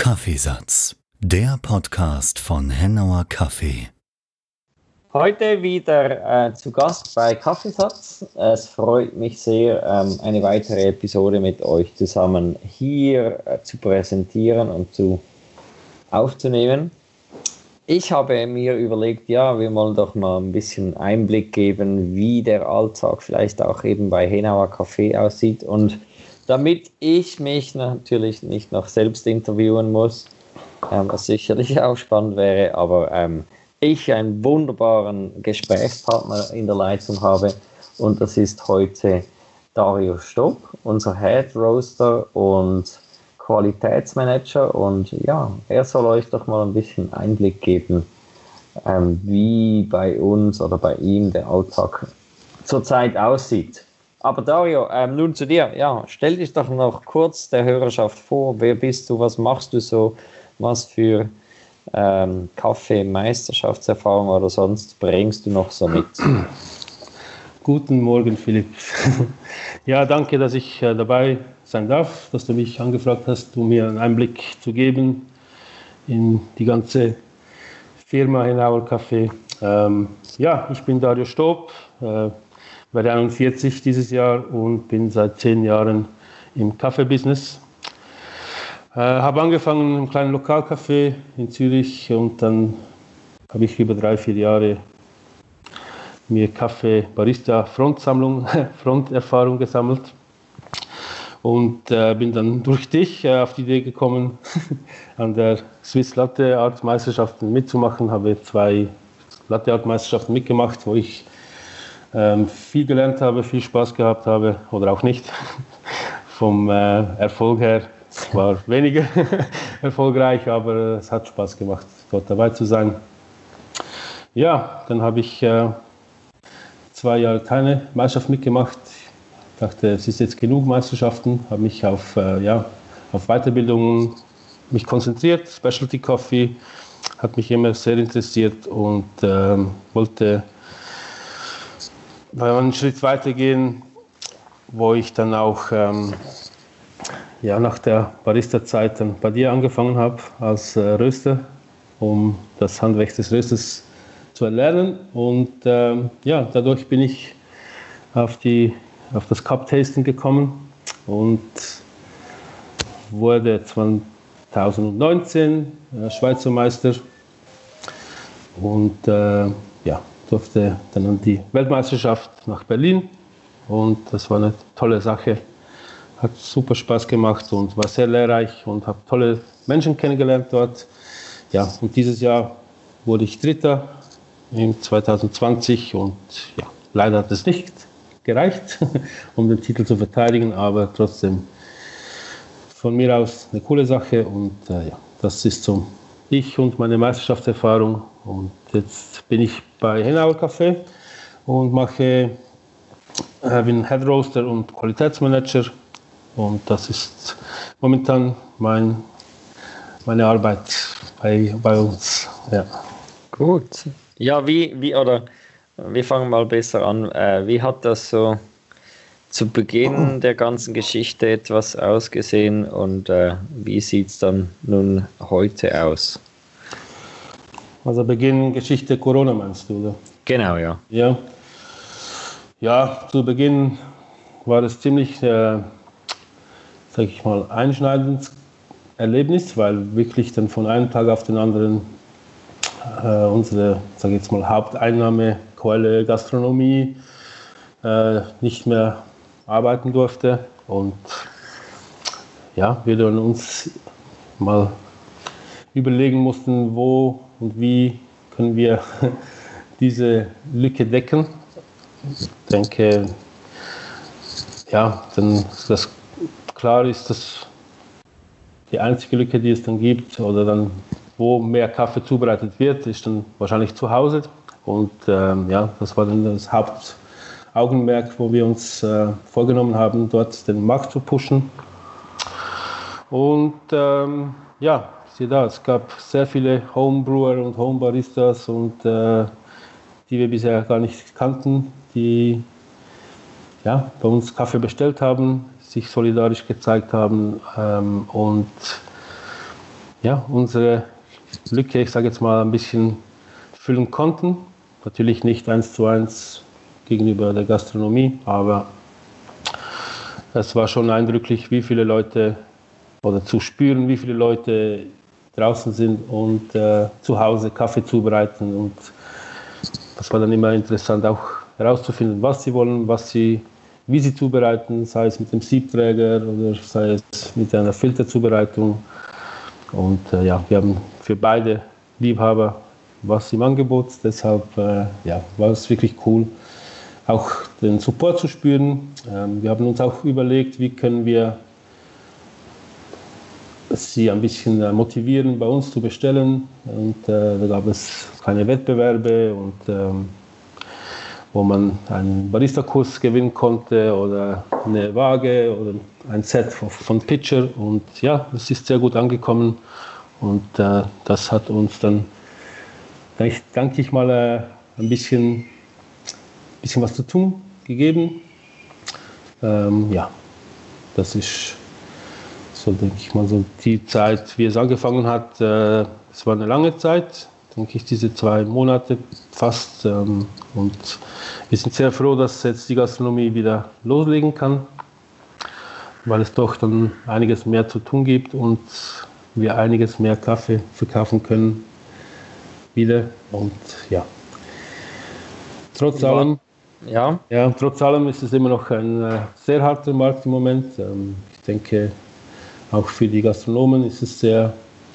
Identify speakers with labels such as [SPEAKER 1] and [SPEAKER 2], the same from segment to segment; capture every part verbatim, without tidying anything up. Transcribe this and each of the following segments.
[SPEAKER 1] Kaffeesatz, der Podcast von Hennauer Kaffee.
[SPEAKER 2] Heute wieder äh, zu Gast bei Kaffeesatz. Es freut mich sehr, ähm, eine weitere Episode mit euch zusammen hier äh, zu präsentieren und zu aufzunehmen. Ich habe mir überlegt, ja, wir wollen doch mal ein bisschen Einblick geben, wie der Alltag vielleicht auch eben bei Hennauer Kaffee aussieht. Und damit ich mich natürlich nicht noch selbst interviewen muss, ähm, was sicherlich auch spannend wäre, aber ähm, ich einen wunderbaren Gesprächspartner in der Leitung habe, und das ist heute Dario Stopp, unser Head Roaster und Qualitätsmanager, und ja, er soll euch doch mal ein bisschen Einblick geben, ähm, wie bei uns oder bei ihm der Alltag zurzeit aussieht. Aber Dario, ähm, nun zu dir. Ja, stell dich doch noch kurz der Hörerschaft vor. Wer bist du? Was machst du so? Was für ähm, Kaffee-Meisterschaftserfahrung oder sonst bringst du noch so mit?
[SPEAKER 3] Guten Morgen, Philipp. Ja, danke, dass ich äh, dabei sein darf, dass du mich angefragt hast, um mir einen Einblick zu geben in die ganze Firma Hennauer Kaffee. Ähm, ja, ich bin Dario Stopp, äh, werde einundvierzig dieses Jahr und bin seit zehn Jahren im Kaffee-Business. Äh, habe angefangen in einem kleinen Lokalcafé in Zürich und dann habe ich über drei, vier Jahre mir Kaffee-Barista-Frontsammlung, Fronterfahrung gesammelt und äh, bin dann durch dich äh, auf die Idee gekommen, an der Swiss Latte Art Meisterschaften mitzumachen. Habe zwei Latte Art Meisterschaften mitgemacht, wo ich ähm, viel gelernt habe, viel Spaß gehabt habe oder auch nicht. Vom äh, Erfolg her war weniger erfolgreich, aber es hat Spaß gemacht, dort dabei zu sein. Ja, dann habe ich äh, zwei Jahre keine Meisterschaft mitgemacht. Ich dachte, es ist jetzt genug Meisterschaften, habe mich auf, äh, ja, auf Weiterbildungen mich konzentriert. Specialty Coffee hat mich immer sehr interessiert und ähm, wollte einen Schritt weitergehen, wo ich dann auch ähm, ja, nach der Barista-Zeit dann bei dir angefangen habe als äh, Röster, um das Handwerk des Rösters zu erlernen. Und ähm, ja, dadurch bin ich auf, die, auf das Cup-Tasting gekommen und wurde zweitausendneunzehn äh, Schweizer Meister und äh, ja, durfte dann an die Weltmeisterschaft nach Berlin, und das war eine tolle Sache. Hat super Spaß gemacht und war sehr lehrreich und habe tolle Menschen kennengelernt dort. Ja, und dieses Jahr wurde ich Dritter im zwanzig zwanzig und ja, leider hat es nicht gereicht, um den Titel zu verteidigen, aber trotzdem von mir aus eine coole Sache, und äh, ja, das ist so ich und meine Meisterschaftserfahrung. Und jetzt bin ich bei Hennauer Kaffee und mache, äh, bin Head Roaster und Qualitätsmanager, und das ist momentan mein, meine Arbeit bei, bei uns. Ja.
[SPEAKER 2] Gut. Ja, wie, wie, oder wir fangen mal besser an. Äh, wie hat das so zu Beginn der ganzen Geschichte etwas ausgesehen, und äh, wie sieht es dann nun heute aus?
[SPEAKER 3] Also Beginn Geschichte Corona meinst du, oder?
[SPEAKER 2] Genau, ja.
[SPEAKER 3] Ja, ja, zu Beginn war es ziemlich, äh, sag ich mal, einschneidendes Erlebnis, weil wirklich dann von einem Tag auf den anderen äh, unsere, sag ich jetzt mal, Haupteinnahmequelle Gastronomie äh, nicht mehr arbeiten durfte, und ja, wir dann uns mal überlegen mussten, wo und wie können wir diese Lücke decken. Ich denke, ja, dann das klar ist, dass die einzige Lücke, die es dann gibt, oder dann wo mehr Kaffee zubereitet wird, ist dann wahrscheinlich zu Hause. Und ähm, ja, das war dann das Hauptaugenmerk, wo wir uns äh, vorgenommen haben, dort den Markt zu pushen. Und ähm, ja, sieh da, es gab sehr viele Homebrewer und Homebaristas, und äh, die wir bisher gar nicht kannten, die ja, bei uns Kaffee bestellt haben, sich solidarisch gezeigt haben, ähm, und ja, unsere Lücke, ich sage jetzt mal, ein bisschen füllen konnten. Natürlich nicht eins zu eins gegenüber der Gastronomie, aber es war schon eindrücklich, wie viele Leute, oder zu spüren, wie viele Leute draußen sind und äh, zu Hause Kaffee zubereiten. Und das war dann immer interessant, auch herauszufinden, was sie wollen, was sie, wie sie zubereiten, sei es mit dem Siebträger oder sei es mit einer Filterzubereitung. Und äh, ja, wir haben für beide Liebhaber was im Angebot, deshalb äh, ja, war es wirklich cool, auch den Support zu spüren. Ähm, wir haben uns auch überlegt, wie können wir sie ein bisschen äh, motivieren, bei uns zu bestellen. Und äh, da gab es kleine Wettbewerbe, und, ähm, wo man einen Barista-Kurs gewinnen konnte oder eine Waage oder ein Set von, von Pitcher. Und ja, es ist sehr gut angekommen, und äh, das hat uns dann, denke ich mal, äh, ein bisschen, bisschen was zu tun gegeben. Ähm, ja, das ist so, denke ich mal, so die Zeit, wie es angefangen hat. Äh, es war eine lange Zeit, denke ich, diese zwei Monate fast. Ähm, und wir sind sehr froh, dass jetzt die Gastronomie wieder loslegen kann, weil es doch dann einiges mehr zu tun gibt und wir einiges mehr Kaffee verkaufen können wieder. Und ja, trotz
[SPEAKER 2] Ja.
[SPEAKER 3] allem,
[SPEAKER 2] Ja,
[SPEAKER 3] ja, trotz allem ist es immer noch ein äh, sehr harter Markt im Moment. Ähm, ich denke, auch für die Gastronomen ist es sehr,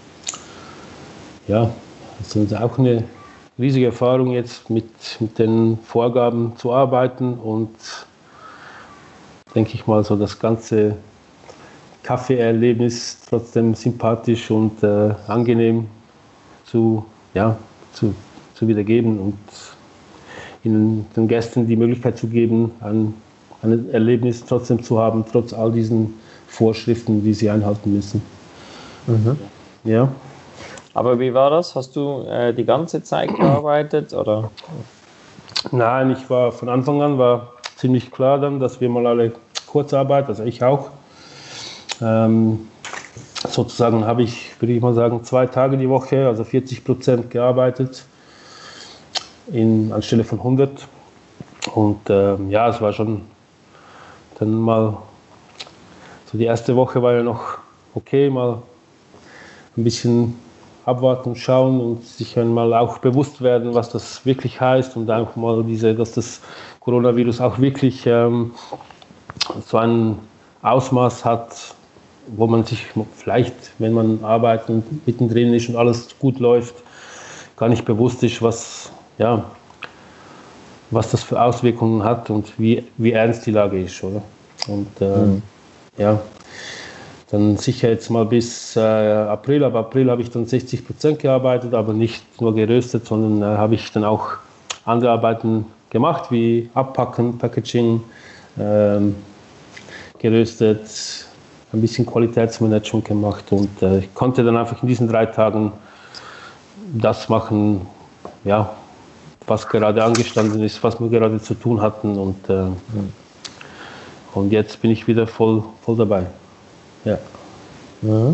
[SPEAKER 3] ja, es ist auch eine riesige Erfahrung jetzt mit, mit den Vorgaben zu arbeiten, und denke ich mal, so das ganze Kaffeeerlebnis trotzdem sympathisch und äh, angenehm zu, ja, zu, zu wiedergeben und ihnen, den Gästen die Möglichkeit zu geben, ein, ein Erlebnis trotzdem zu haben, trotz all diesen Vorschriften, die sie einhalten müssen.
[SPEAKER 2] Mhm.
[SPEAKER 3] Ja.
[SPEAKER 2] Aber wie war das? Hast du äh, die ganze Zeit gearbeitet, oder?
[SPEAKER 3] Nein, ich war von Anfang an war ziemlich klar dann, dass wir mal alle Kurzarbeit, also ich auch. Ähm, sozusagen habe ich, würde ich mal sagen, zwei Tage die Woche, also vierzig Prozent gearbeitet, in, anstelle von hundert. Und ähm, ja, es war schon dann mal, so die erste Woche war ja noch okay, mal ein bisschen abwarten, schauen und sich einmal auch bewusst werden, was das wirklich heißt, und einfach mal diese, dass das Coronavirus auch wirklich ähm, so ein Ausmaß hat, wo man sich vielleicht, wenn man arbeitet und mittendrin ist und alles gut läuft, gar nicht bewusst ist, was, ja, was das für Auswirkungen hat und wie, wie ernst die Lage ist, oder? Und äh, mhm. ja, dann sicher jetzt mal bis äh, April, ab April habe ich dann sechzig Prozent gearbeitet, aber nicht nur geröstet, sondern äh, habe ich dann auch andere Arbeiten gemacht, wie Abpacken, Packaging, ähm, geröstet, ein bisschen Qualitätsmanagement gemacht, und äh, ich konnte dann einfach in diesen drei Tagen das machen, ja, was gerade angestanden ist, was wir gerade zu tun hatten, und, äh, mhm. und jetzt bin ich wieder voll, voll dabei. Ja,
[SPEAKER 2] mhm.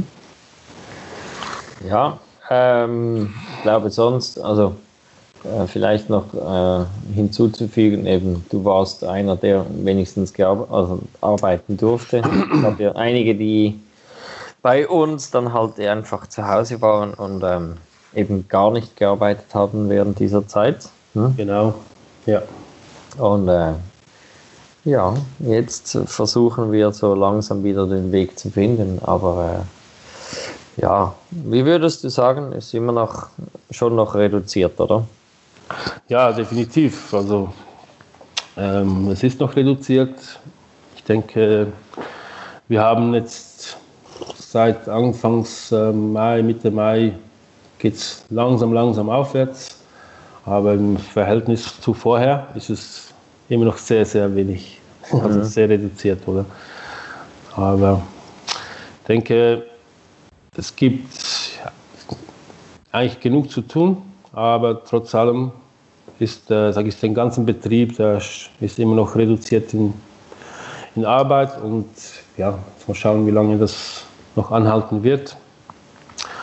[SPEAKER 2] Ja, ähm, ich glaube sonst, also äh, vielleicht noch äh, hinzuzufügen, eben, du warst einer, der wenigstens gear- also arbeiten durfte. Ich habe ja einige, die bei uns dann halt einfach zu Hause waren und ähm, eben gar nicht gearbeitet haben während dieser Zeit. Hm?
[SPEAKER 3] Genau, ja.
[SPEAKER 2] Und äh, ja, jetzt versuchen wir so langsam wieder den Weg zu finden, aber äh, ja, wie würdest du sagen, ist immer noch schon noch reduziert, oder?
[SPEAKER 3] Ja, definitiv. Also ähm, es ist noch reduziert. Ich denke, wir haben jetzt seit Anfangs äh, Mai, Mitte Mai geht es langsam, langsam aufwärts. Aber im Verhältnis zu vorher ist es immer noch sehr, sehr wenig. Mhm. Also sehr reduziert, oder? Aber ich denke, es gibt eigentlich genug zu tun, aber trotz allem ist, äh, sage ich, den ganzen Betrieb, der ist immer noch reduziert in, in Arbeit, und ja, jetzt mal schauen, wie lange das noch anhalten wird.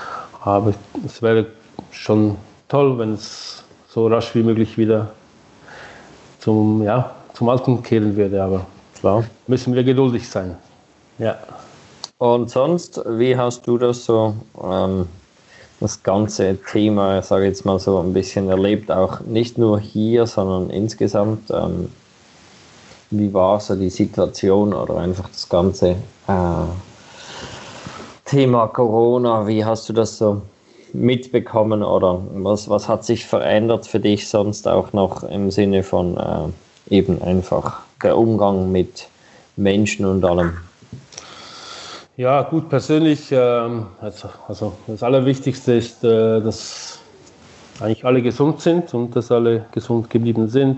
[SPEAKER 3] Aber es wäre schon toll, wenn es so rasch wie möglich wieder zum, ja, zum Alten kehren würde. Aber klar, müssen wir geduldig sein. Ja.
[SPEAKER 2] Und sonst, wie hast du das so, ähm, das ganze Thema, sage ich jetzt mal so, ein bisschen erlebt, auch nicht nur hier, sondern insgesamt? Ähm, wie war so die Situation oder einfach das ganze äh, Thema Corona? Wie hast du das so mitbekommen oder was, was hat sich verändert für dich sonst auch noch im Sinne von äh, eben einfach der Umgang mit Menschen und allem?
[SPEAKER 3] Ja, gut, persönlich, ähm, also, also das Allerwichtigste ist, äh, dass eigentlich alle gesund sind und dass alle gesund geblieben sind.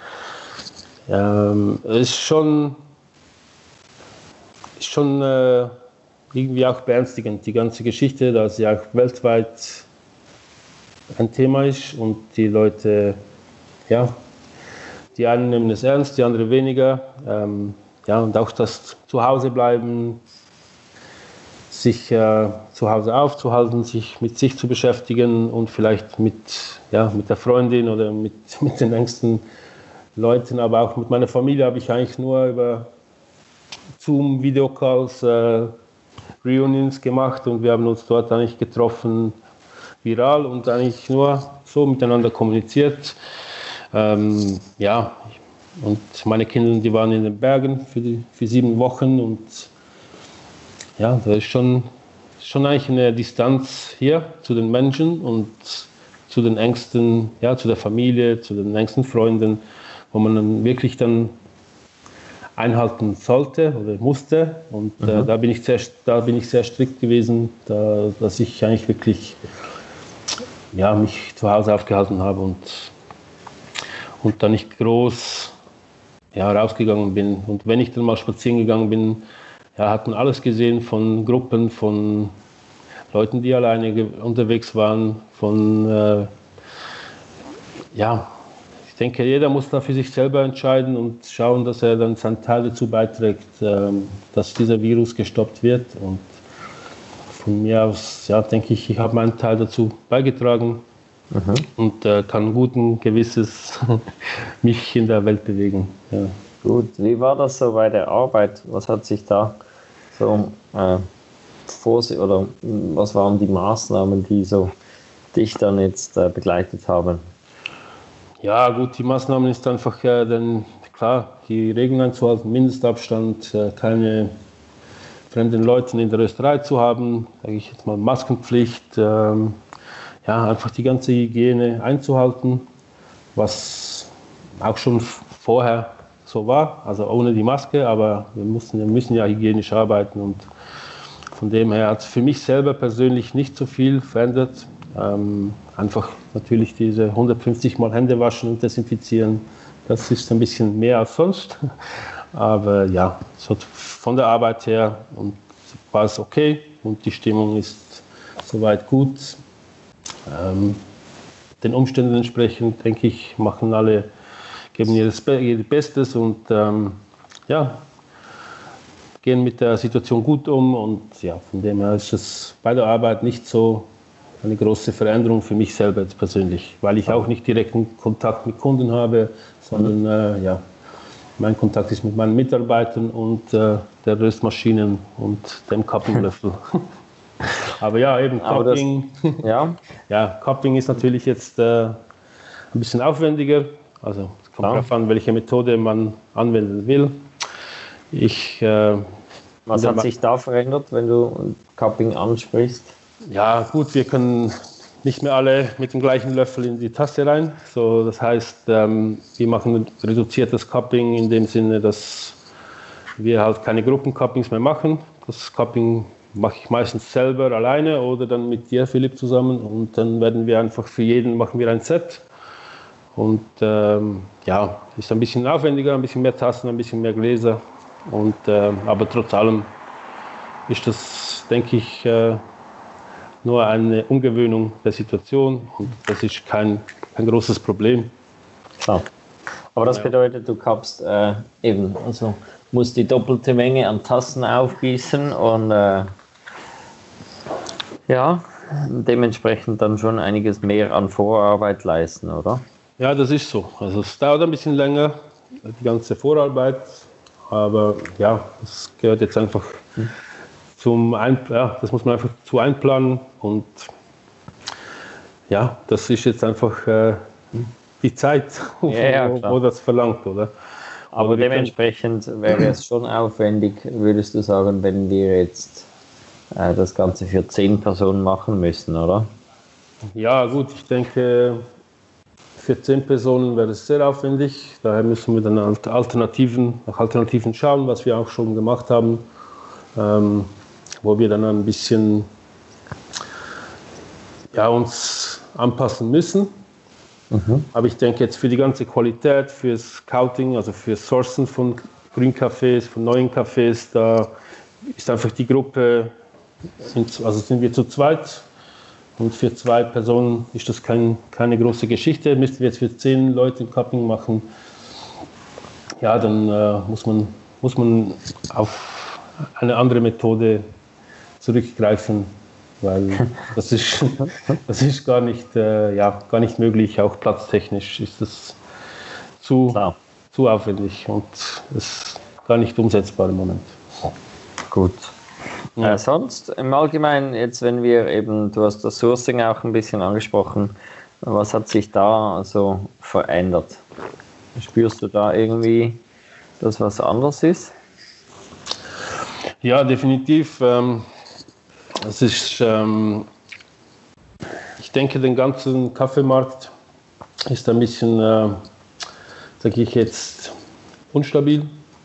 [SPEAKER 3] Ähm, es ist schon, ist schon äh, irgendwie auch beängstigend, die ganze Geschichte, da sie auch weltweit ein Thema ist und die Leute, ja, die einen nehmen es ernst, die anderen weniger. Ähm, ja, und auch das Zuhause bleiben, sich äh, zu Hause aufzuhalten, sich mit sich zu beschäftigen und vielleicht mit, ja, mit der Freundin oder mit, mit den engsten Leuten, aber auch mit meiner Familie habe ich eigentlich nur über Zoom, Videocalls, äh, Reunions gemacht und wir haben uns dort eigentlich getroffen, viral und eigentlich nur so miteinander kommuniziert. Ähm, ja, und meine Kinder, die waren in den Bergen für, die, für sieben Wochen und ja, da ist schon, schon eigentlich eine Distanz hier zu den Menschen und zu den engsten, ja, zu der Familie, zu den engsten Freunden, wo man dann wirklich dann einhalten sollte oder musste. Und mhm. äh, da bin ich sehr, da bin ich sehr strikt gewesen, da, dass ich eigentlich wirklich ja, mich zu Hause aufgehalten habe und, und da nicht groß ja, rausgegangen bin. Und wenn ich dann mal spazieren gegangen bin, ja, hatten alles gesehen von Gruppen, von Leuten, die alleine ge- unterwegs waren, von, äh, ja, ich denke, jeder muss da für sich selber entscheiden und schauen, dass er dann seinen Teil dazu beiträgt, äh, dass dieser Virus gestoppt wird. Und von mir aus, ja, denke ich, ich habe meinen Teil dazu beigetragen mhm. und äh, kann guten Gewisses mich in der Welt bewegen. Ja.
[SPEAKER 2] Gut, wie war das so bei der Arbeit? Was hat sich da so äh, vor oder was waren die Maßnahmen, die so dich dann jetzt äh, begleitet haben?
[SPEAKER 3] Ja, gut, die Maßnahmen ist einfach äh, dann klar, die Regeln einzuhalten, Mindestabstand, äh, keine fremden Leuten in der Rösterei zu haben, sage ich jetzt mal Maskenpflicht, ähm, ja, einfach die ganze Hygiene einzuhalten, was auch schon vorher so war, also ohne die Maske, aber wir, mussten, wir müssen ja hygienisch arbeiten und von dem her hat es für mich selber persönlich nicht so viel verändert. Ähm, einfach natürlich diese hundertfünfzig Mal Hände waschen und desinfizieren, das ist ein bisschen mehr als sonst, aber ja, so von der Arbeit her und war es okay und die Stimmung ist soweit gut. Ähm, den Umständen entsprechend, denke ich, machen alle geben ihr das Bestes und ähm, ja, gehen mit der Situation gut um und ja, von dem her ist es bei der Arbeit nicht so eine große Veränderung für mich selber jetzt persönlich, weil ich auch nicht direkten Kontakt mit Kunden habe, sondern äh, ja, mein Kontakt ist mit meinen Mitarbeitern und äh, der Röstmaschinen und dem Cuppinglöffel. Aber ja, eben Cupping, ja. ja, Cupping ist natürlich jetzt äh, ein bisschen aufwendiger, also es kommt darauf an, welche Methode man anwenden will. Ich, äh,
[SPEAKER 2] Was hat sich da verändert, wenn du Cupping ansprichst?
[SPEAKER 3] Ja gut, wir können nicht mehr alle mit dem gleichen Löffel in die Tasse rein. So, das heißt, ähm, wir machen reduziertes Cupping in dem Sinne, dass wir halt keine Gruppencuppings mehr machen. Das Cupping mache ich meistens selber alleine oder dann mit dir, Philipp, zusammen. Und dann werden wir einfach für jeden machen wir ein Set. Und ähm, ja, ist ein bisschen aufwendiger, ein bisschen mehr Tassen, ein bisschen mehr Gläser. Und, äh, aber trotz allem ist das, denke ich, äh, nur eine Umgewöhnung der Situation und das ist kein, kein großes Problem.
[SPEAKER 2] Klar. Aber das bedeutet, du kappst äh, eben, also musst die doppelte Menge an Tassen aufgießen und äh, ja, dementsprechend dann schon einiges mehr an Vorarbeit leisten, oder?
[SPEAKER 3] Ja, das ist so. Also es dauert ein bisschen länger, die ganze Vorarbeit, aber ja, das gehört jetzt einfach hm. zum Einplanen, ja, das muss man einfach zu einplanen und ja, das ist jetzt einfach äh, die Zeit, wo, ja, ja, wo das verlangt, oder?
[SPEAKER 2] Aber, aber dementsprechend wäre es schon aufwendig, würdest du sagen, wenn wir jetzt äh, das Ganze für zehn Personen machen müssen, oder?
[SPEAKER 3] Ja, gut, ich denke, für zehn Personen wäre es sehr aufwendig. Daher müssen wir dann Alternativen, nach Alternativen schauen, was wir auch schon gemacht haben, ähm, wo wir dann ein bisschen ja, uns anpassen müssen. Mhm. Aber ich denke jetzt für die ganze Qualität, für Scouting, also für Sourcen von Grüncafés, von neuen Cafés, da ist einfach die Gruppe, also sind wir zu zweit und für zwei Personen ist das kein, keine große Geschichte. Müssten wir jetzt für zehn Leute ein Cupping machen, ja, dann äh, muss man, muss man auf eine andere Methode zurückgreifen. Weil das ist, das ist gar nicht, äh, ja, gar nicht möglich, auch platztechnisch ist das zu, zu aufwendig und ist gar nicht umsetzbar im Moment.
[SPEAKER 2] Gut. Ja. Äh, sonst im Allgemeinen, jetzt wenn wir eben, du hast das Sourcing auch ein bisschen angesprochen, was hat sich da so verändert? Spürst du da irgendwie, dass was anders ist?
[SPEAKER 3] Ja, definitiv. Ähm, Es ist, ähm, ich denke, den ganzen Kaffeemarkt ist ein bisschen, äh, sage ich jetzt, unstabil,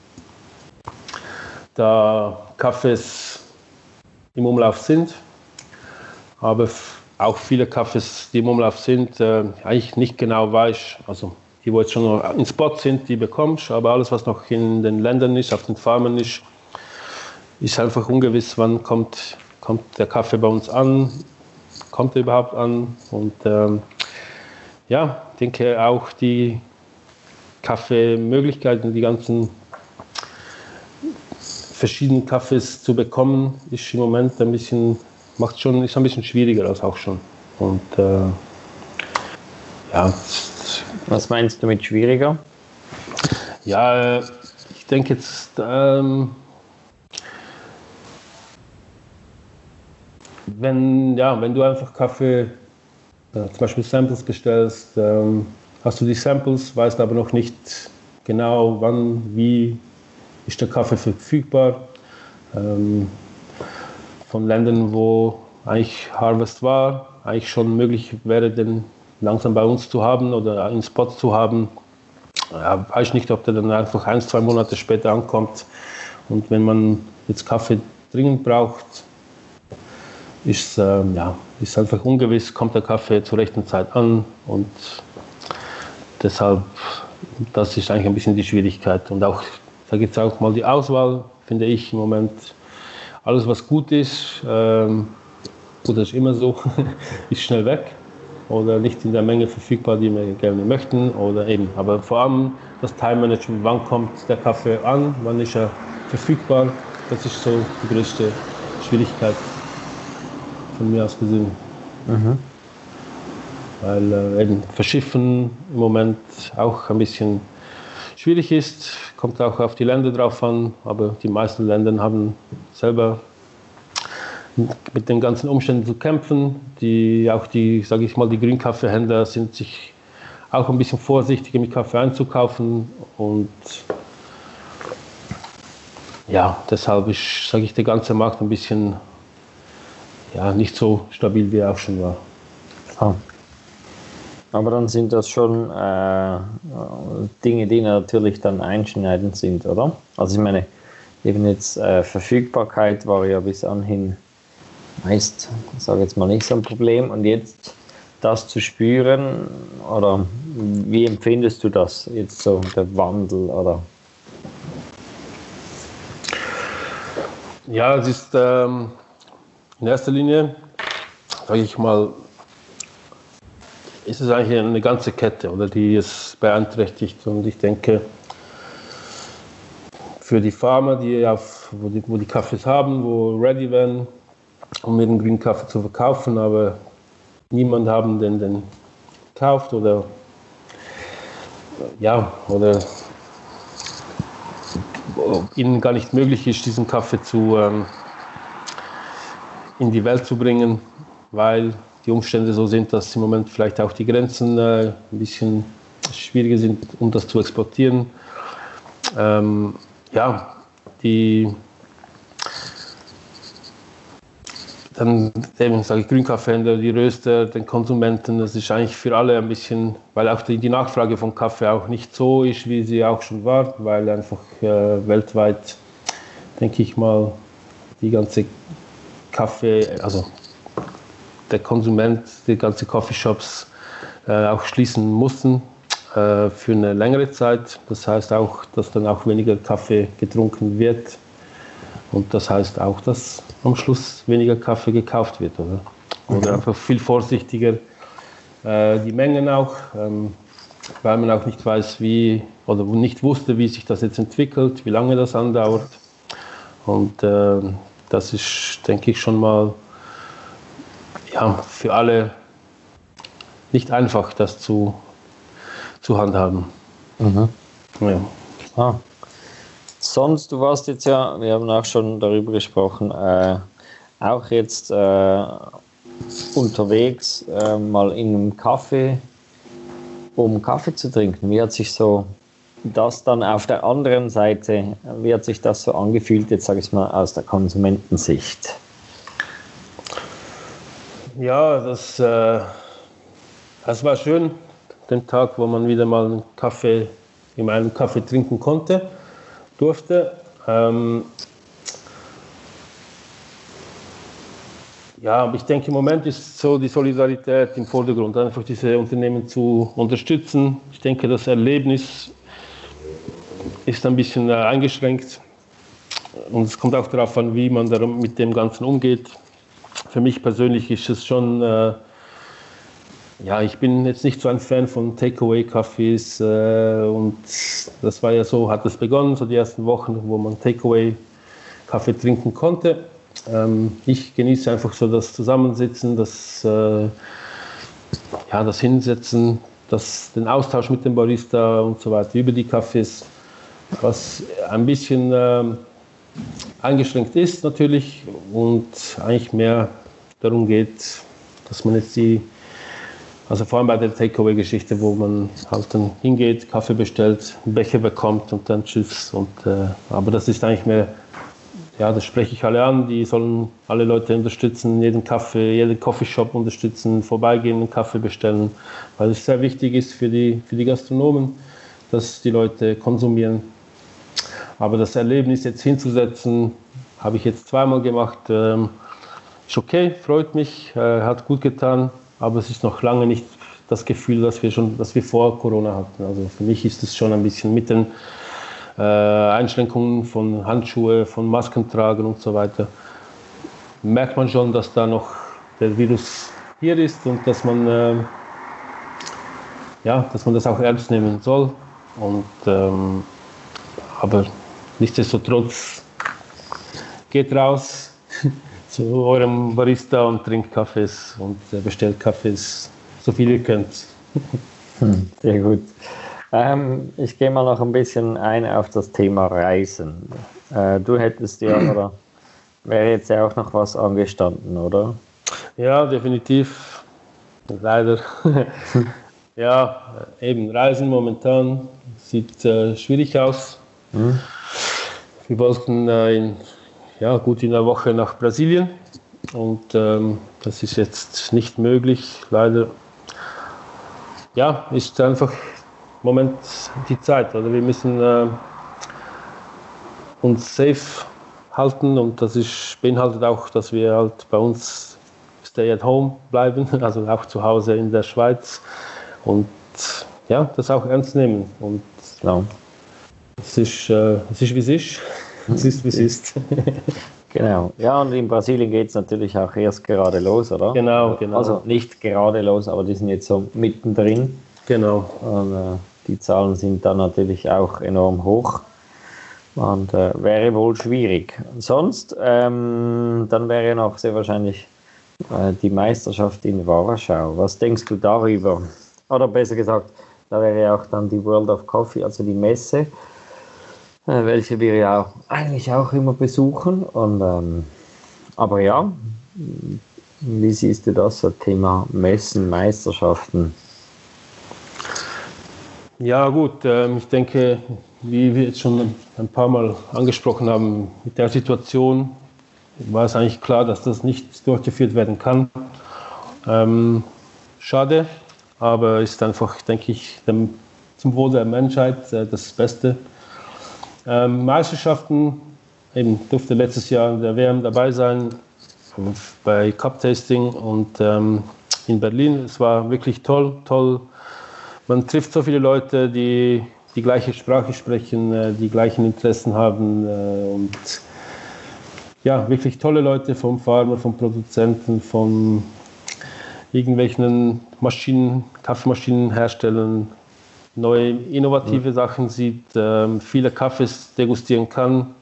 [SPEAKER 3] da Kaffees im Umlauf sind, aber auch viele Kaffees, die im Umlauf sind, äh, eigentlich nicht genau weiß, also die, wo jetzt schon noch in Spot sind, die bekommst, aber alles, was noch in den Ländern ist, auf den Farmen ist, ist einfach ungewiss, wann kommt kommt der Kaffee bei uns an, kommt er überhaupt an und ähm, ja, ich denke auch die Kaffeemöglichkeiten, die ganzen verschiedenen Kaffees zu bekommen, ist im Moment ein bisschen, macht schon, ist ein bisschen schwieriger als auch schon. Und äh, ja.
[SPEAKER 2] Was meinst du mit schwieriger?
[SPEAKER 3] Ja, ich denke jetzt, ähm, Wenn, ja, wenn du einfach Kaffee, äh, zum Beispiel Samples bestellst, ähm, hast du die Samples, weißt aber noch nicht genau, wann, wie ist der Kaffee verfügbar. Ähm, von Ländern, wo eigentlich Harvest war, eigentlich schon möglich wäre, den langsam bei uns zu haben oder in Spots zu haben. Ja, weiß nicht, ob der dann einfach ein, zwei Monate später ankommt. Und wenn man jetzt Kaffee dringend braucht, ist, ähm, ja, ist einfach ungewiss, kommt der Kaffee zur rechten Zeit an und deshalb, das ist eigentlich ein bisschen die Schwierigkeit. Und auch, da gibt es auch mal die Auswahl, finde ich im Moment, alles was gut ist, ähm, gut, das ist immer so, ist schnell weg oder nicht in der Menge verfügbar, die wir gerne möchten oder eben, aber vor allem das Time-Management, wann kommt der Kaffee an, wann ist er verfügbar, das ist so die größte Schwierigkeit. Von mir aus gesehen. Mhm. Weil äh, eben Verschiffen im Moment auch ein bisschen schwierig ist, kommt auch auf die Länder drauf an, aber die meisten Länder haben selber mit den ganzen Umständen zu kämpfen. Die, auch die, sage ich mal, die Grünkaffeehändler sind sich auch ein bisschen vorsichtiger mit Kaffee einzukaufen und ja, deshalb ist, sage ich, der ganze Markt ein bisschen ja, nicht so stabil, wie er auch schon war.
[SPEAKER 2] Ah. Aber dann sind das schon äh, Dinge, die natürlich dann einschneidend sind, oder? Also ich meine, eben jetzt äh, Verfügbarkeit war ja bis anhin meist, ich sage jetzt mal, nicht so ein Problem. Und jetzt das zu spüren, oder wie empfindest du das jetzt so, der Wandel, oder?
[SPEAKER 3] Ja, es ist ähm in erster Linie, sage ich mal, ist es eigentlich eine ganze Kette, oder, die es beeinträchtigt. Und ich denke, für die Farmer, die auf, wo, die, wo die Kaffees haben, wo ready werden, um ihren grünen Kaffee zu verkaufen, aber niemand haben den, den gekauft oder ja, oder ihnen gar nicht möglich ist, diesen Kaffee zu, ähm, in die Welt zu bringen, weil die Umstände so sind, dass im Moment vielleicht auch die Grenzen äh, ein bisschen schwieriger sind, um das zu exportieren. Ähm, ja, die dann eben sage ich Grünkaffeehändler, die Röster, den Konsumenten, das ist eigentlich für alle ein bisschen, weil auch die, die Nachfrage von Kaffee auch nicht so ist, wie sie auch schon war, weil einfach äh, weltweit, denke ich mal, die ganze Kaffee, also der Konsument, die ganzen Coffeeshops äh, auch schließen mussten äh, für eine längere Zeit. Das heißt auch, dass dann auch weniger Kaffee getrunken wird. Und das heißt auch, dass am Schluss weniger Kaffee gekauft wird, oder? Oder mhm. einfach viel vorsichtiger äh, die Mengen auch, ähm, weil man auch nicht weiß, wie, oder nicht wusste, wie sich das jetzt entwickelt, wie lange das andauert. Und äh, das ist, denke ich, schon mal ja, für alle nicht einfach, das zu, zu handhaben.
[SPEAKER 2] Mhm.
[SPEAKER 3] Ja.
[SPEAKER 2] Ah. Sonst, du warst jetzt ja, wir haben auch schon darüber gesprochen, äh, auch jetzt äh, unterwegs, äh, mal in einem Café, um Kaffee zu trinken. Wie hat sich so das dann auf der anderen Seite, wie hat sich das so angefühlt, jetzt sage ich mal aus der Konsumentensicht?
[SPEAKER 3] Ja, das, äh, das war schön, den Tag, wo man wieder mal einen Kaffee, in einem Kaffee trinken konnte. durfte. Ähm ja, aber ich denke, im Moment ist so die Solidarität im Vordergrund, einfach diese Unternehmen zu unterstützen. Ich denke, das Erlebnis ist ein bisschen äh, eingeschränkt und es kommt auch darauf an, wie man darum mit dem Ganzen umgeht. Für mich persönlich ist es schon, äh, ja, ich bin jetzt nicht so ein Fan von Takeaway-Kaffees äh, und das war ja so, hat es begonnen, so die ersten Wochen, wo man Takeaway-Kaffee trinken konnte. Ähm, ich genieße einfach so das Zusammensitzen, das, äh, ja, das Hinsetzen, das, den Austausch mit dem Barista und so weiter über die Kaffees, was ein bisschen äh, eingeschränkt ist natürlich und eigentlich mehr darum geht, dass man jetzt die Also vor allem bei der Takeaway-Geschichte, wo man halt dann hingeht, Kaffee bestellt, einen Becher bekommt und dann tschüss. Und, äh, aber das ist eigentlich mehr, ja, das spreche ich alle an, die sollen alle Leute unterstützen, jeden Kaffee, jeden Coffeeshop unterstützen, vorbeigehen, einen Kaffee bestellen, weil es sehr wichtig ist für die, für die Gastronomen, dass die Leute konsumieren. Aber das Erlebnis jetzt hinzusetzen, habe ich jetzt zweimal gemacht, ähm, ist okay, freut mich, äh, hat gut getan. Aber es ist noch lange nicht das Gefühl, das wir schon, das wir vor Corona hatten. Also für mich ist es schon ein bisschen mit den äh, Einschränkungen von Handschuhe, von Masken tragen und so weiter. Merkt man schon, dass da noch der Virus hier ist und dass man, äh, ja, dass man das auch ernst nehmen soll. Und, ähm, aber nichtsdestotrotz geht raus zu eurem Barista und trinkt Kaffees und bestellt Kaffees, so viel ihr könnt.
[SPEAKER 2] Hm, sehr gut. Ähm, ich gehe mal noch ein bisschen ein auf das Thema Reisen. Äh, du hättest ja, oder wäre jetzt ja auch noch was angestanden, oder?
[SPEAKER 3] Ja, definitiv. Leider. Ja, eben Reisen momentan sieht äh, schwierig aus. Hm. Wir wollten äh, in Ja, gut in einer Woche nach Brasilien und ähm, das ist jetzt nicht möglich, leider. Ja, ist einfach im Moment die Zeit. Also wir müssen äh, uns safe halten und das ist, beinhaltet auch, dass wir halt bei uns stay at home bleiben, also auch zu Hause in der Schweiz und ja, das auch ernst nehmen. Und ja, es ist, äh, es ist wie es ist. Es ist, wie es ist.
[SPEAKER 2] Genau. Ja, und in Brasilien geht es natürlich auch erst gerade los, oder?
[SPEAKER 3] Genau, genau.
[SPEAKER 2] Also nicht gerade los, aber die sind jetzt so mittendrin.
[SPEAKER 3] Genau.
[SPEAKER 2] Und äh, die Zahlen sind dann natürlich auch enorm hoch. Und äh, wäre wohl schwierig. Sonst, ähm, dann wäre noch sehr wahrscheinlich äh, die Meisterschaft in Warschau. Was denkst du darüber? Oder besser gesagt, da wäre auch dann die World of Coffee, also die Messe, äh, welche wir ja auch, eigentlich auch immer besuchen. Und, ähm, aber ja, wie siehst du das, das Thema Messen, Meisterschaften?
[SPEAKER 3] Ja gut, ähm, ich denke, wie wir jetzt schon ein paar Mal angesprochen haben, mit der Situation war es eigentlich klar, dass das nicht durchgeführt werden kann. Ähm, schade, aber ist einfach, denke ich, dem, zum Wohl der Menschheit äh, das Beste. Ähm, Meisterschaften, eben durfte letztes Jahr in der W M dabei sein, bei Cup Tasting und ähm, in Berlin. Es war wirklich toll, toll. Man trifft so viele Leute, die die gleiche Sprache sprechen, die gleichen Interessen haben und ja, wirklich tolle Leute vom Farmer, vom Produzenten, von irgendwelchen Maschinen, Kaffeemaschinenherstellern, neue innovative mhm. Sachen sieht, viele Kaffees degustieren kann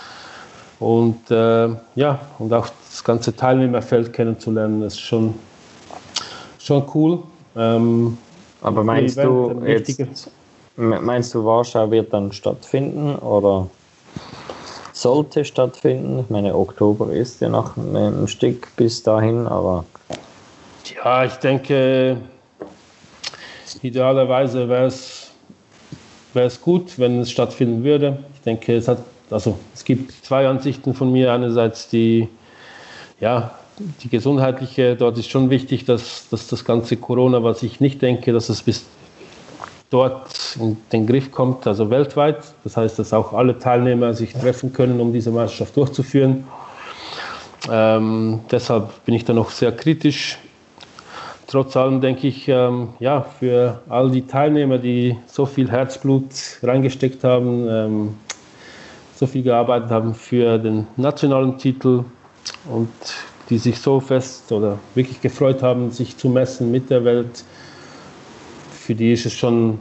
[SPEAKER 3] und äh, ja, und auch das ganze Teilnehmerfeld kennenzulernen, ist schon, schon cool. Ähm,
[SPEAKER 2] Aber meinst du, jetzt, meinst du, Warschau wird dann stattfinden oder sollte stattfinden? Ich meine, Oktober ist ja noch ein Stück bis dahin, aber...
[SPEAKER 3] Ja, ich denke, idealerweise wäre es, wäre es gut, wenn es stattfinden würde. Ich denke, es hat, also es gibt zwei Ansichten von mir. Einerseits die, ja, die gesundheitliche, dort ist schon wichtig, dass, dass das ganze Corona, was ich nicht denke, dass es bis dort in den Griff kommt, also weltweit. Das heißt, dass auch alle Teilnehmer sich treffen können, um diese Meisterschaft durchzuführen. Ähm, deshalb bin ich da noch sehr kritisch. Trotz allem denke ich, ähm, ja, für all die Teilnehmer, die so viel Herzblut reingesteckt haben, ähm, so viel gearbeitet haben für den nationalen Titel und die sich so fest oder wirklich gefreut haben, sich zu messen mit der Welt. Für die ist es schon,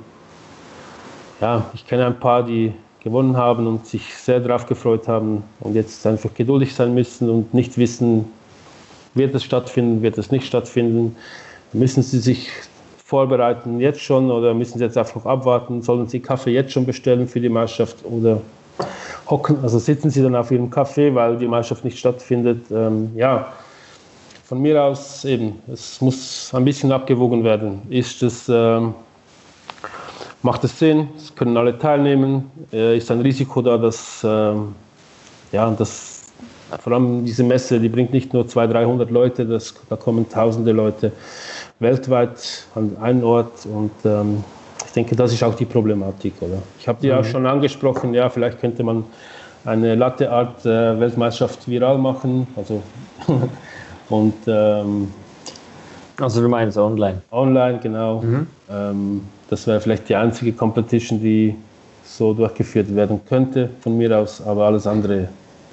[SPEAKER 3] ja, ich kenne ein paar, die gewonnen haben und sich sehr darauf gefreut haben und jetzt einfach geduldig sein müssen und nicht wissen, wird es stattfinden, wird es nicht stattfinden. Müssen sie sich vorbereiten jetzt schon oder müssen sie jetzt einfach abwarten? Sollen sie Kaffee jetzt schon bestellen für die Meisterschaft oder hocken, also sitzen sie dann auf ihrem Kaffee, weil die Meisterschaft nicht stattfindet? Ähm, ja, von mir aus eben, es muss ein bisschen abgewogen werden. Ist es, ähm, macht es Sinn? Es können alle teilnehmen? Äh, ist ein Risiko da, dass, ähm, ja, dass vor allem diese Messe, die bringt nicht nur zweihundert, dreihundert Leute, das, da kommen tausende Leute weltweit an einen Ort und ähm, ich denke, das ist auch die Problematik, oder? Ich habe die mhm. auch schon angesprochen, ja, vielleicht könnte man eine Latte Art äh, Weltmeisterschaft viral machen, also und ähm,
[SPEAKER 2] also du meinst online?
[SPEAKER 3] Online, genau. Mhm. Ähm, das wäre vielleicht die einzige Competition, die so durchgeführt werden könnte von mir aus, aber alles andere,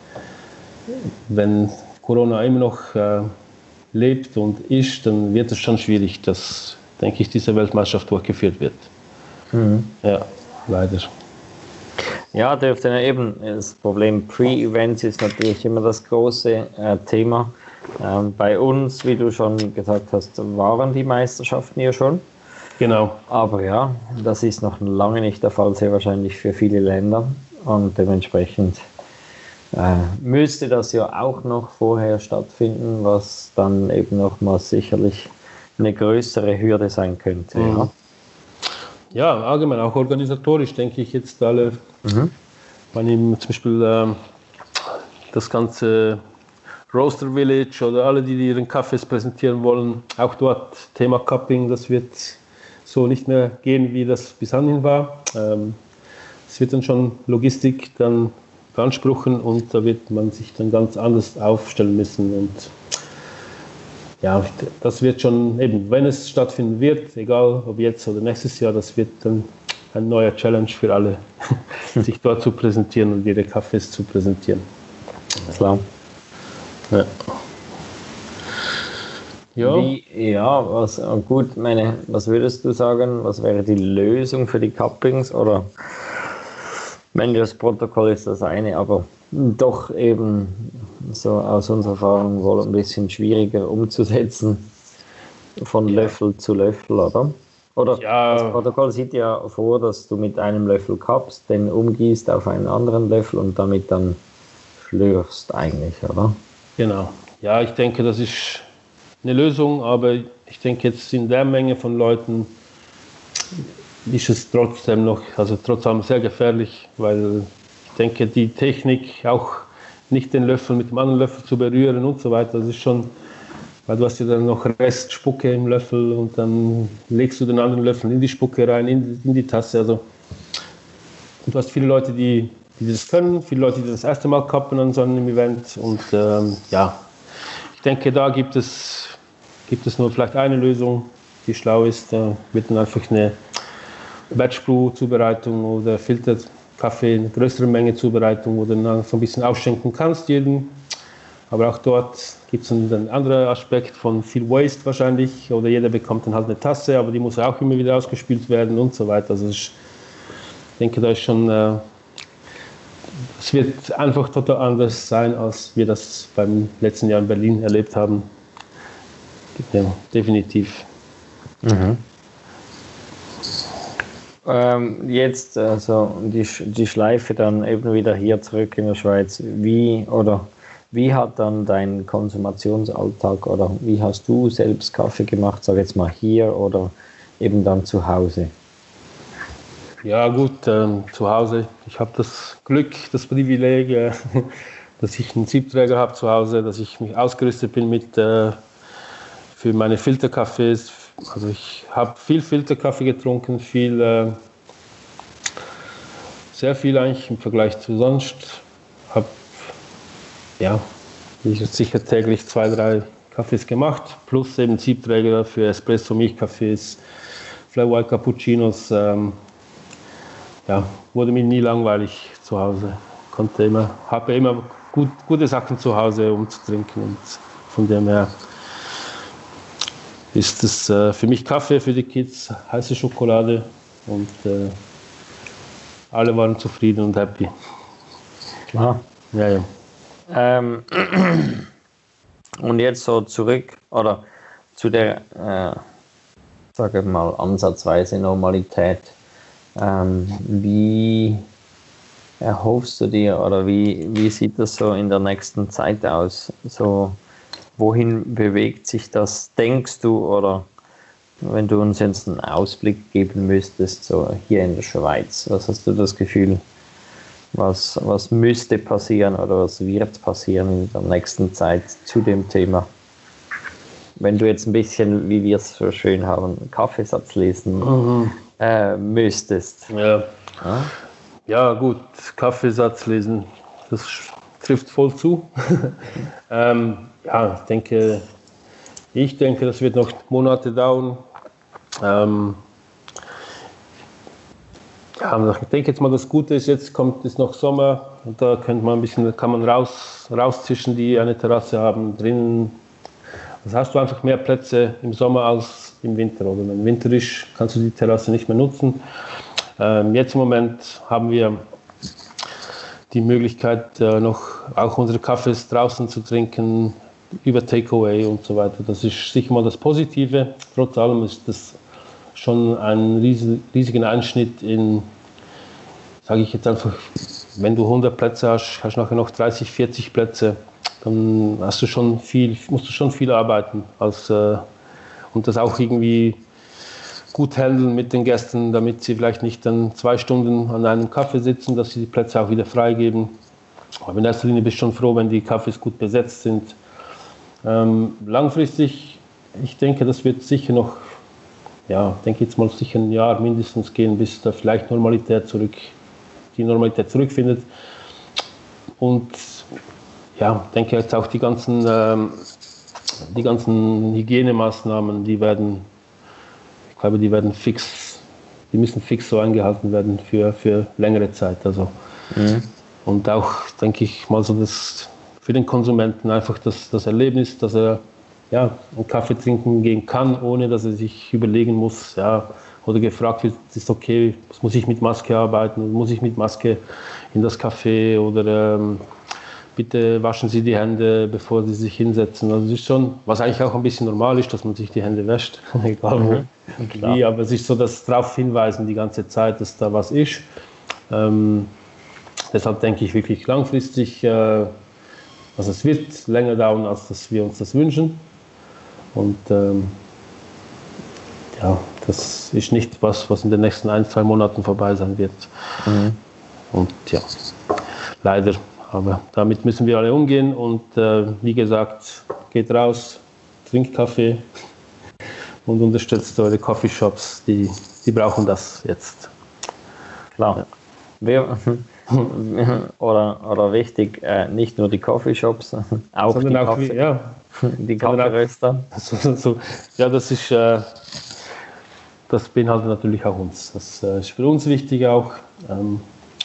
[SPEAKER 3] wenn Corona immer noch äh, lebt und ist, dann wird es schon schwierig, dass, denke ich, diese Weltmeisterschaft durchgeführt wird. Mhm. Ja, leider.
[SPEAKER 2] Ja, dürfte ja eben, das Problem Pre-Events ist natürlich immer das große äh, Thema. Ähm, bei uns, wie du schon gesagt hast, waren die Meisterschaften ja schon.
[SPEAKER 3] Genau.
[SPEAKER 2] Aber ja, das ist noch lange nicht der Fall, sehr wahrscheinlich für viele Länder und dementsprechend äh, müsste das ja auch noch vorher stattfinden, was dann eben nochmal sicherlich eine größere Hürde sein könnte. Mhm. Ja.
[SPEAKER 3] Ja, allgemein, auch organisatorisch denke ich jetzt alle, mhm. wenn eben zum Beispiel äh, das ganze Roaster Village oder alle, die ihren Kaffees präsentieren wollen, auch dort Thema Cupping, das wird so nicht mehr gehen, wie das bis anhin war. Ähm, es wird dann schon Logistik dann beanspruchen und da wird man sich dann ganz anders aufstellen müssen und ja, das wird schon, eben, wenn es stattfinden wird, egal ob jetzt oder nächstes Jahr, das wird dann ein neuer Challenge für alle, sich dort zu präsentieren und ihre Kaffees zu präsentieren.
[SPEAKER 2] Klar.
[SPEAKER 3] Ja. Ja.
[SPEAKER 2] Wie, ja, was, gut, meine, was würdest du sagen, was wäre die Lösung für die Cuppings oder Mendes-Protokoll ist das eine, aber doch eben so aus unserer Erfahrung wohl ein bisschen schwieriger umzusetzen von
[SPEAKER 3] Ja.
[SPEAKER 2] Löffel zu Löffel, oder? Oder
[SPEAKER 3] Ja.
[SPEAKER 2] das Protokoll sieht ja vor, dass du mit einem Löffel kappst, den umgießt auf einen anderen Löffel und damit dann schlürfst eigentlich, oder?
[SPEAKER 3] Genau. Ja, ich denke, das ist eine Lösung, aber ich denke jetzt in der Menge von Leuten ist es trotzdem noch, also trotz allem sehr gefährlich, weil ich denke, die Technik auch nicht den Löffel mit dem anderen Löffel zu berühren und so weiter, das ist schon, weil du hast ja dann noch Rest Spucke im Löffel und dann legst du den anderen Löffel in die Spucke rein, in, in die Tasse, also und du hast viele Leute, die, die das können, viele Leute, die das erste Mal kappen an so einem Event und ähm, ja, ich denke, da gibt es, gibt es nur vielleicht eine Lösung, die schlau ist, da wird dann einfach eine Batch-Brew-Zubereitung oder Filterkaffee in größerer Menge Zubereitung, wo du dann so ein bisschen ausschenken kannst jeden. Aber auch dort gibt es einen anderen Aspekt von viel Waste wahrscheinlich. Oder jeder bekommt dann halt eine Tasse, aber die muss auch immer wieder ausgespült werden und so weiter. Also ich denke, da ist schon, äh, es wird einfach total anders sein, als wir das beim letzten Jahr in Berlin erlebt haben. Ja, definitiv.
[SPEAKER 2] Mhm. Ähm, jetzt also die, die Schleife dann eben wieder hier zurück in der Schweiz. Wie oder wie hat dann dein Konsumationsalltag oder wie hast du selbst Kaffee gemacht, sag jetzt mal hier oder eben dann zu Hause?
[SPEAKER 3] Ja gut, ähm, zu Hause. Ich habe das Glück, das Privileg, äh, dass ich einen Siebträger habe zu Hause, dass ich mich ausgerüstet bin mit äh, für meine Filterkaffees. Also ich habe viel Filterkaffee getrunken, viel, äh, sehr viel eigentlich im Vergleich zu sonst. Habe ja, sicher täglich zwei, drei Kaffees gemacht, plus eben Siebträger für Espresso, Milchkaffees, Flat White Cappuccinos. Ähm, ja, wurde mir nie langweilig zu Hause. Konnte immer, habe immer gut, gute Sachen zu Hause, um zu trinken und von dem her ist es äh, für mich Kaffee, für die Kids heiße Schokolade und äh, alle waren zufrieden und happy.
[SPEAKER 2] Aha.
[SPEAKER 3] Ja, ja.
[SPEAKER 2] Ähm, und jetzt so zurück oder zu der, äh, sage ich mal, ansatzweise Normalität. Ähm, wie erhoffst du dir oder wie, wie sieht das so in der nächsten Zeit aus? So, wohin bewegt sich das, denkst du, oder wenn du uns jetzt einen Ausblick geben müsstest, so hier in der Schweiz, was hast du das Gefühl, was, was müsste passieren oder was wird passieren in der nächsten Zeit zu dem Thema? Wenn du jetzt ein bisschen, wie wir es so schön haben, Kaffeesatz lesen mhm. äh, müsstest.
[SPEAKER 3] Ja. Ja? Ja, gut, Kaffeesatz lesen, das trifft voll zu. ähm, ja, ich denke, ich denke, das wird noch Monate dauern. Ähm, ja, ich denke jetzt mal, das Gute ist, jetzt kommt es noch Sommer und da könnte man ein bisschen, kann man raus, rauszischen, die eine Terrasse haben, drinnen. Das hast du einfach mehr Plätze im Sommer als im Winter. Oder wenn Winter ist, kannst du die Terrasse nicht mehr nutzen. Ähm, jetzt im Moment haben wir die Möglichkeit, äh, noch auch unsere Kaffees draußen zu trinken, über Takeaway und so weiter. Das ist sicher mal das Positive. Trotz allem ist das schon ein riesen, riesigen Einschnitt in, sage ich jetzt einfach, wenn du hundert Plätze hast, hast du nachher noch dreißig, vierzig Plätze, dann hast du schon viel, musst du schon viel arbeiten als, äh, und das auch irgendwie gut handeln mit den Gästen, damit sie vielleicht nicht dann zwei Stunden an einem Kaffee sitzen, dass sie die Plätze auch wieder freigeben. Aber in erster Linie bist du schon froh, wenn die Kaffees gut besetzt sind. Ähm, langfristig, ich denke, das wird sicher noch, ja, denke jetzt mal sicher ein Jahr mindestens gehen, bis da vielleicht Normalität zurück, die Normalität zurückfindet. Und ja, denke jetzt auch die ganzen, ähm, die ganzen Hygienemaßnahmen, die werden, ich glaube, die werden fix, die müssen fix so eingehalten werden für, für längere Zeit. Also. Mhm. Und auch, denke ich mal, so das für den Konsumenten einfach das, das Erlebnis, dass er ja, einen Kaffee trinken gehen kann, ohne dass er sich überlegen muss, ja, oder gefragt wird, ist okay, muss ich mit Maske arbeiten, muss ich mit Maske in das Café oder ähm, bitte waschen Sie die Hände, bevor Sie sich hinsetzen. Also es ist schon, was eigentlich auch ein bisschen normal ist, dass man sich die Hände wäscht, egal wo, mhm, wie, aber es ist so, dass darauf hinweisen die ganze Zeit, dass da was ist. Ähm, deshalb denke ich wirklich langfristig, äh, also es wird länger dauern, als dass wir uns das wünschen. Und ähm, ja, das ist nicht was, was in den nächsten ein, zwei Monaten vorbei sein wird. Mhm. Und ja, leider. Aber damit müssen wir alle umgehen. Und äh, wie gesagt, geht raus, trinkt Kaffee und unterstützt eure Coffeeshops. Die, die brauchen das jetzt.
[SPEAKER 2] Klar. Ja. Wir, oder, oder wichtig, äh, nicht nur die Coffeeshops, auch
[SPEAKER 3] Sondern
[SPEAKER 2] die,
[SPEAKER 3] auch
[SPEAKER 2] Kaffee,
[SPEAKER 3] wie, ja.
[SPEAKER 2] die Kaffeeröster.
[SPEAKER 3] So, so, ja, das ist, äh, das beinhaltet natürlich auch uns. Das äh, ist für uns wichtig auch. Ähm,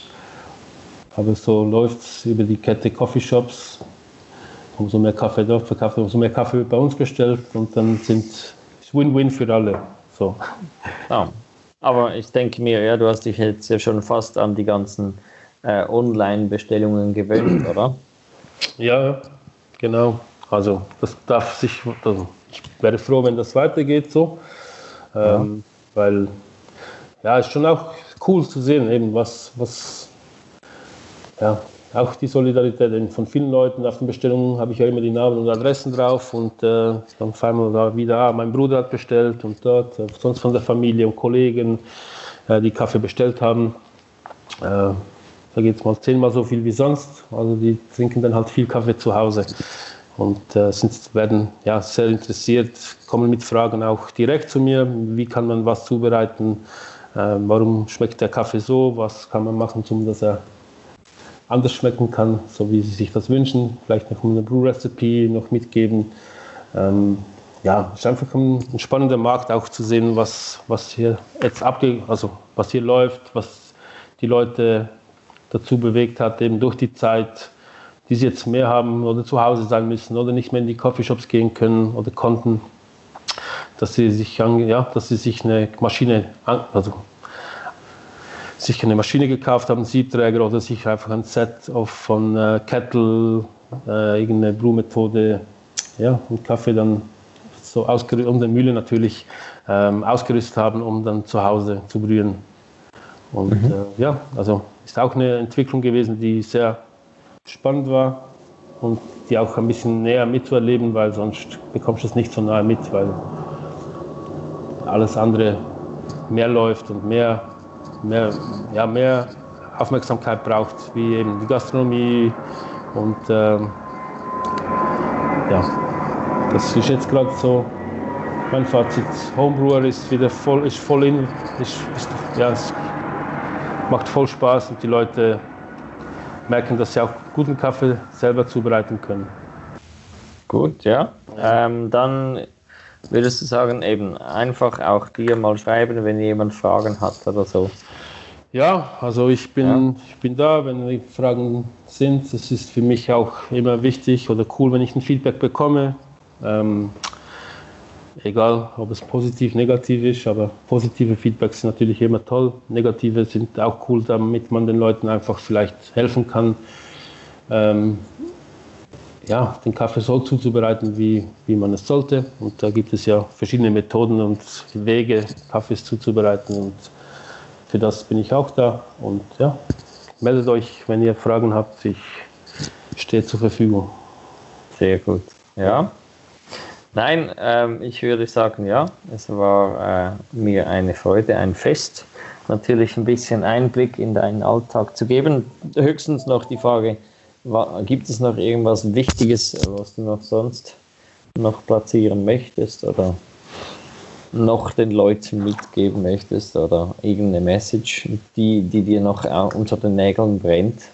[SPEAKER 3] aber so läuft es über die Kette Coffeeshops. Umso mehr Kaffee dort verkauft, umso mehr Kaffee wird bei uns bestellt und dann sind es Win-Win für alle. So.
[SPEAKER 2] Ja. Aber ich denke mir, ja, du hast dich jetzt ja schon fast an die ganzen äh, Online-Bestellungen gewöhnt, oder?
[SPEAKER 3] Ja, genau. Also das darf sich, also ich wäre froh, wenn das weitergeht so, ähm, ja. Weil ja, ist schon auch cool zu sehen, eben was, was ja, auch die Solidarität von vielen Leuten. Auf den Bestellungen habe ich ja immer die Namen und Adressen drauf und äh, dann auf einmal da wieder, ah, mein Bruder hat bestellt und dort, äh, sonst von der Familie und Kollegen, äh, die Kaffee bestellt haben. Äh, da geht es mal zehnmal so viel wie sonst. Also die trinken dann halt viel Kaffee zu Hause und äh, sind, werden ja, sehr interessiert, kommen mit Fragen auch direkt zu mir. Wie kann man was zubereiten? Äh, warum schmeckt der Kaffee so? Was kann man machen, um dass er anders schmecken kann, so wie sie sich das wünschen, vielleicht noch eine Brew-Recipe noch mitgeben. Ähm, ja, es ist einfach ein, ein spannender Markt auch zu sehen, was, was hier jetzt abgeht, also was hier läuft, was die Leute dazu bewegt hat, eben durch die Zeit, die sie jetzt mehr haben oder zu Hause sein müssen oder nicht mehr in die Coffeeshops gehen können oder konnten, dass sie sich, ja, dass sie sich eine Maschine, also sich eine Maschine gekauft haben, einen Siebträger oder sich einfach ein Set auf, von äh, Kettle, äh, irgendeine Brewmethode, ja, und Kaffee dann so ausgerüstet, um den Mühle natürlich ähm, ausgerüstet haben, um dann zu Hause zu brühen. Und mhm. äh, ja, also ist auch eine Entwicklung gewesen, die sehr spannend war und die auch ein bisschen näher mitzuerleben, weil sonst bekommst du es nicht so nahe mit, weil alles andere mehr läuft und mehr Mehr, ja, mehr Aufmerksamkeit braucht, wie eben die Gastronomie und ähm, ja, das ist jetzt gerade so mein Fazit. Homebrewer ist wieder voll, ist voll in, ist, ist, ja, es macht voll Spaß und die Leute merken, dass sie auch guten Kaffee selber zubereiten können.
[SPEAKER 2] Gut, ja. Ähm, dann würdest du sagen, eben einfach auch dir mal schreiben, wenn jemand Fragen hat oder so?
[SPEAKER 3] Ja, also ich bin, ja. ich bin da, wenn Fragen sind. Es ist für mich auch immer wichtig oder cool, wenn ich ein Feedback bekomme. Ähm, egal, ob es positiv, negativ ist, aber positive Feedbacks sind natürlich immer toll. Negative sind auch cool, damit man den Leuten einfach vielleicht helfen kann, ähm, ja, den Kaffee so zuzubereiten, wie, wie man es sollte. Und da gibt es ja verschiedene Methoden und Wege, Kaffees zuzubereiten. Und für das bin ich auch da. Und ja, meldet euch, wenn ihr Fragen habt. Ich stehe zur Verfügung.
[SPEAKER 2] Sehr gut. Ja. Nein, ähm, ich würde sagen, ja, es war äh, mir eine Freude, ein Fest. Natürlich ein bisschen Einblick in deinen Alltag zu geben. Höchstens noch die Frage, gibt es noch irgendwas Wichtiges, was du noch sonst noch platzieren möchtest oder noch den Leuten mitgeben möchtest oder irgendeine Message, die, die dir noch unter den Nägeln brennt?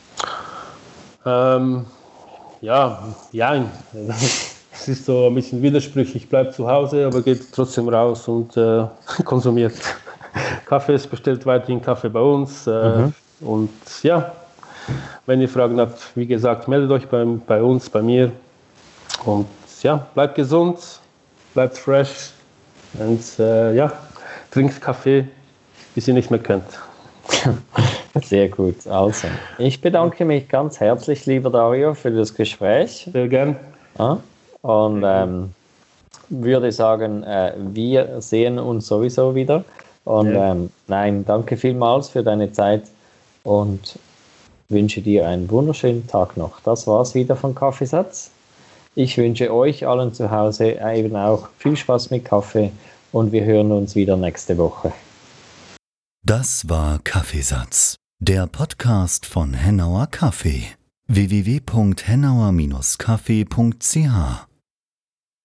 [SPEAKER 3] Ähm, ja, ja, es ist so ein bisschen widersprüchlich. Ich bleibe zu Hause, aber geht trotzdem raus und äh, konsumiert Kaffee. Es bestellt weiterhin Kaffee bei uns. Äh, mhm. Und ja, wenn ihr Fragen habt, wie gesagt, meldet euch bei, bei uns, bei mir. Und ja, bleibt gesund, bleibt fresh. Und äh, ja, trinkt Kaffee, bis ihr nicht mehr könnt.
[SPEAKER 2] Sehr gut. Also, ich bedanke mich ganz herzlich, lieber Dario, für das Gespräch.
[SPEAKER 3] Sehr gern.
[SPEAKER 2] Ja, und ähm, würde sagen, äh, wir sehen uns sowieso wieder. Und
[SPEAKER 3] Ja.
[SPEAKER 2] ähm, nein, danke vielmals für deine Zeit und wünsche dir einen wunderschönen Tag noch. Das war's wieder von Kaffeesatz. Ich wünsche euch allen zu Hause eben auch viel Spaß mit Kaffee und wir hören uns wieder nächste Woche.
[SPEAKER 1] Das war Kaffeesatz, der Podcast von Hennauer Kaffee. w w w punkt hennauer Bindestrich kaffee punkt c h